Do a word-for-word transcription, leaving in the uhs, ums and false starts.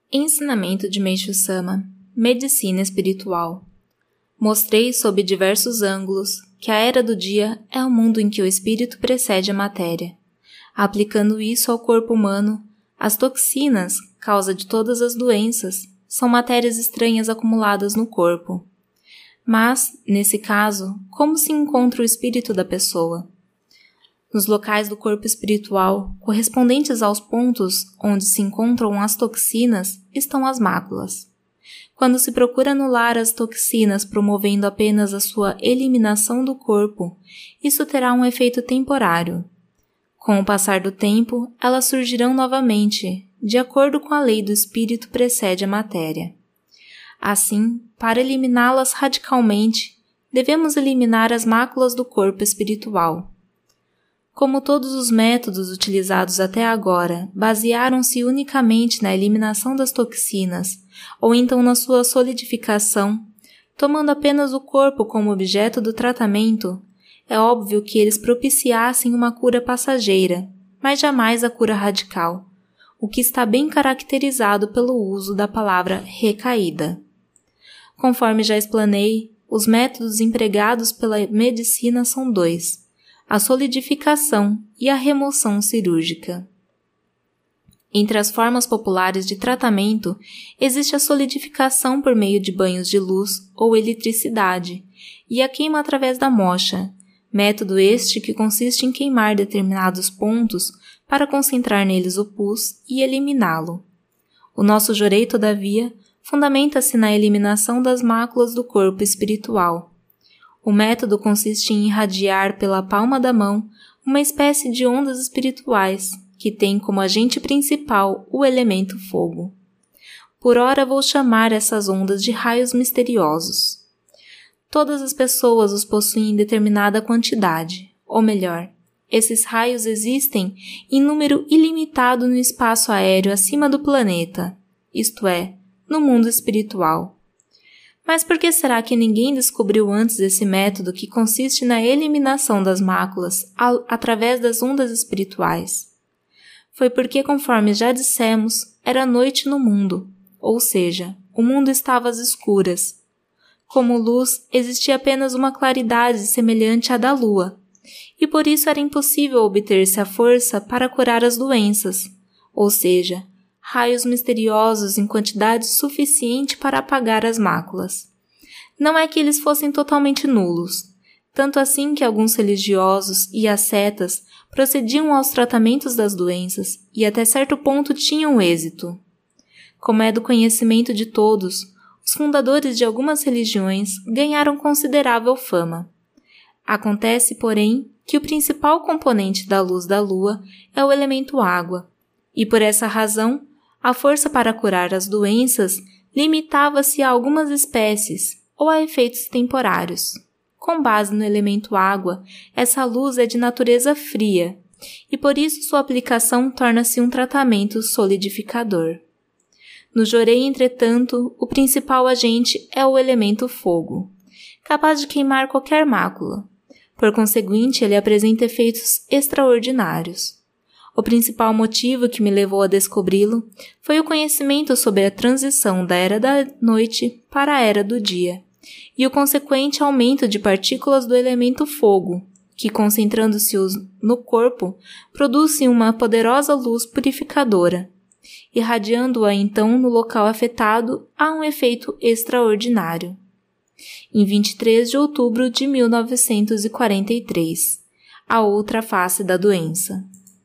Ensinamento de Meishu Sama, Medicina Espiritual. Mostrei sob diversos ângulos que a era do dia é o mundo em que o espírito precede a matéria. Aplicando isso ao corpo humano, as toxinas, causa de todas as doenças, são matérias estranhas acumuladas no corpo. Mas, nesse caso, como se encontra o espírito da pessoa? Nos locais do corpo espiritual, correspondentes aos pontos onde se encontram as toxinas, estão as máculas. Quando se procura anular as toxinas promovendo apenas a sua eliminação do corpo, isso terá um efeito temporário. Com o passar do tempo, elas surgirão novamente, de acordo com a lei do espírito precede a matéria. Assim, para eliminá-las radicalmente, devemos eliminar as máculas do corpo espiritual. Como todos os métodos utilizados até agora basearam-se unicamente na eliminação das toxinas, ou então na sua solidificação, tomando apenas o corpo como objeto do tratamento, é óbvio que eles propiciassem uma cura passageira, mas jamais a cura radical, o que está bem caracterizado pelo uso da palavra recaída. Conforme já explanei, os métodos empregados pela medicina são dois: a solidificação e a remoção cirúrgica. Entre as formas populares de tratamento, existe a solidificação por meio de banhos de luz ou eletricidade e a queima através da moxa, método este que consiste em queimar determinados pontos para concentrar neles o pus e eliminá-lo. O nosso jorei, todavia, fundamenta-se na eliminação das máculas do corpo espiritual. O método consiste em irradiar pela palma da mão uma espécie de ondas espirituais que tem como agente principal o elemento fogo. Por ora vou chamar essas ondas de raios misteriosos. Todas as pessoas os possuem em determinada quantidade, ou melhor, esses raios existem em número ilimitado no espaço aéreo acima do planeta, isto é, no mundo espiritual. Mas por que será que ninguém descobriu antes esse método que consiste na eliminação das máculas através das ondas espirituais? Foi porque, conforme já dissemos, era noite no mundo, ou seja, o mundo estava às escuras. Como luz, existia apenas uma claridade semelhante à da lua, e por isso era impossível obter-se a força para curar as doenças, ou seja, raios misteriosos em quantidade suficiente para apagar as máculas. Não é que eles fossem totalmente nulos, tanto assim que alguns religiosos e ascetas procediam aos tratamentos das doenças e até certo ponto tinham êxito. Como é do conhecimento de todos, os fundadores de algumas religiões ganharam considerável fama. Acontece, porém, que o principal componente da luz da lua é o elemento água, e por essa razão, a força para curar as doenças limitava-se a algumas espécies ou a efeitos temporários. Com base no elemento água, essa luz é de natureza fria e por isso sua aplicação torna-se um tratamento solidificador. No jorei, entretanto, o principal agente é o elemento fogo, capaz de queimar qualquer mácula. Por conseguinte, ele apresenta efeitos extraordinários. O principal motivo que me levou a descobri-lo foi o conhecimento sobre a transição da era da noite para a era do dia, e o consequente aumento de partículas do elemento fogo, que, concentrando-se no corpo, produzem uma poderosa luz purificadora. Irradiando-a então no local afetado, há um efeito extraordinário. Em vinte e três de outubro de mil novecentos e quarenta e três, a outra face da doença.